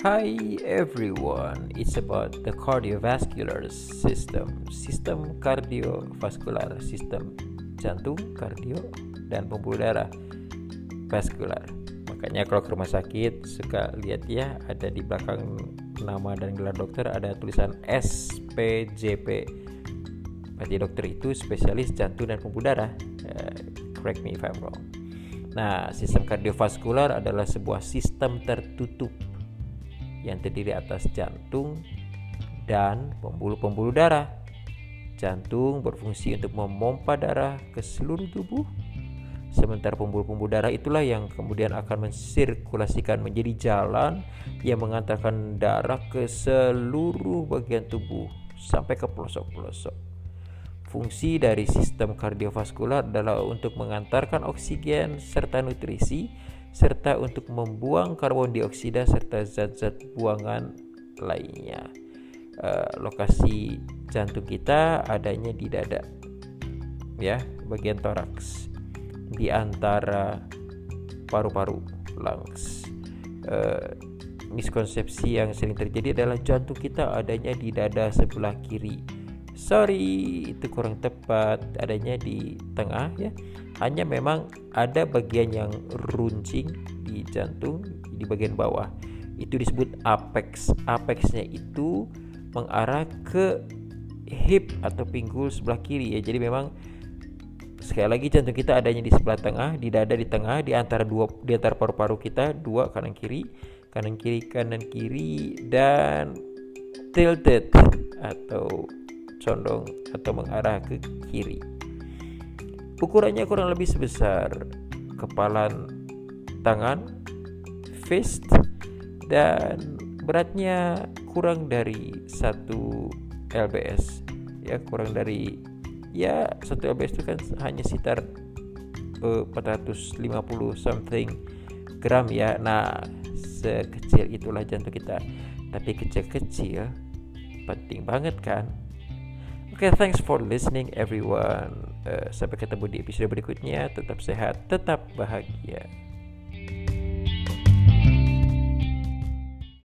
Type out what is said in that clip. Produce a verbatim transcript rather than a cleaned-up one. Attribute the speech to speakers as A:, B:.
A: Hi everyone, it's about the cardiovascular system. Sistem kardiovaskular, sistem jantung, kardio, dan pembuluh darah vaskular. Makanya kalau ke rumah sakit suka lihat ya, ada di belakang nama dan gelar dokter ada tulisan S P J P. Berarti dokter itu spesialis jantung dan pembuluh darah. Uh, correct me if I'm wrong. Nah, sistem kardiovaskular adalah sebuah sistem tertutup yang terdiri atas jantung dan pembuluh-pembuluh darah. Jantung berfungsi untuk memompa darah ke seluruh tubuh, sementara pembuluh-pembuluh darah itulah yang kemudian akan mensirkulasikan menjadi jalan yang mengantarkan darah ke seluruh bagian tubuh sampai ke pelosok-pelosok. Fungsi dari sistem kardiovaskular adalah untuk mengantarkan oksigen serta nutrisi, serta untuk membuang karbon dioksida serta zat-zat buangan lainnya. Uh, lokasi jantung kita adanya di dada, ya, bagian toraks, di antara paru-paru, lungs. Uh, miskonsepsi yang sering terjadi adalah jantung kita adanya di dada sebelah kiri. Sorry, itu kurang tepat. Adanya di tengah, ya. Hanya memang ada bagian yang runcing di jantung di bagian bawah. Itu disebut apex. Apexnya itu mengarah ke hip atau pinggul sebelah kiri, ya. Jadi memang sekali lagi jantung kita adanya di sebelah tengah, di dada di tengah, di antara dua di antara paru-paru kita, dua kanan kiri, kanan kiri, kanan kiri, dan tilted atau condong atau mengarah ke kiri. Ukurannya kurang lebih sebesar kepalan tangan, fist, dan beratnya kurang dari satu lbs, ya, kurang dari ya satu lbs itu kan hanya sekitar uh, empat ratus lima puluh something gram, ya. Nah, sekecil itulah jantung kita, tapi kecil-kecil penting banget kan. Oke, okay, thanks for listening everyone. Uh, sampai ketemu di episode berikutnya. Tetap sehat, tetap bahagia.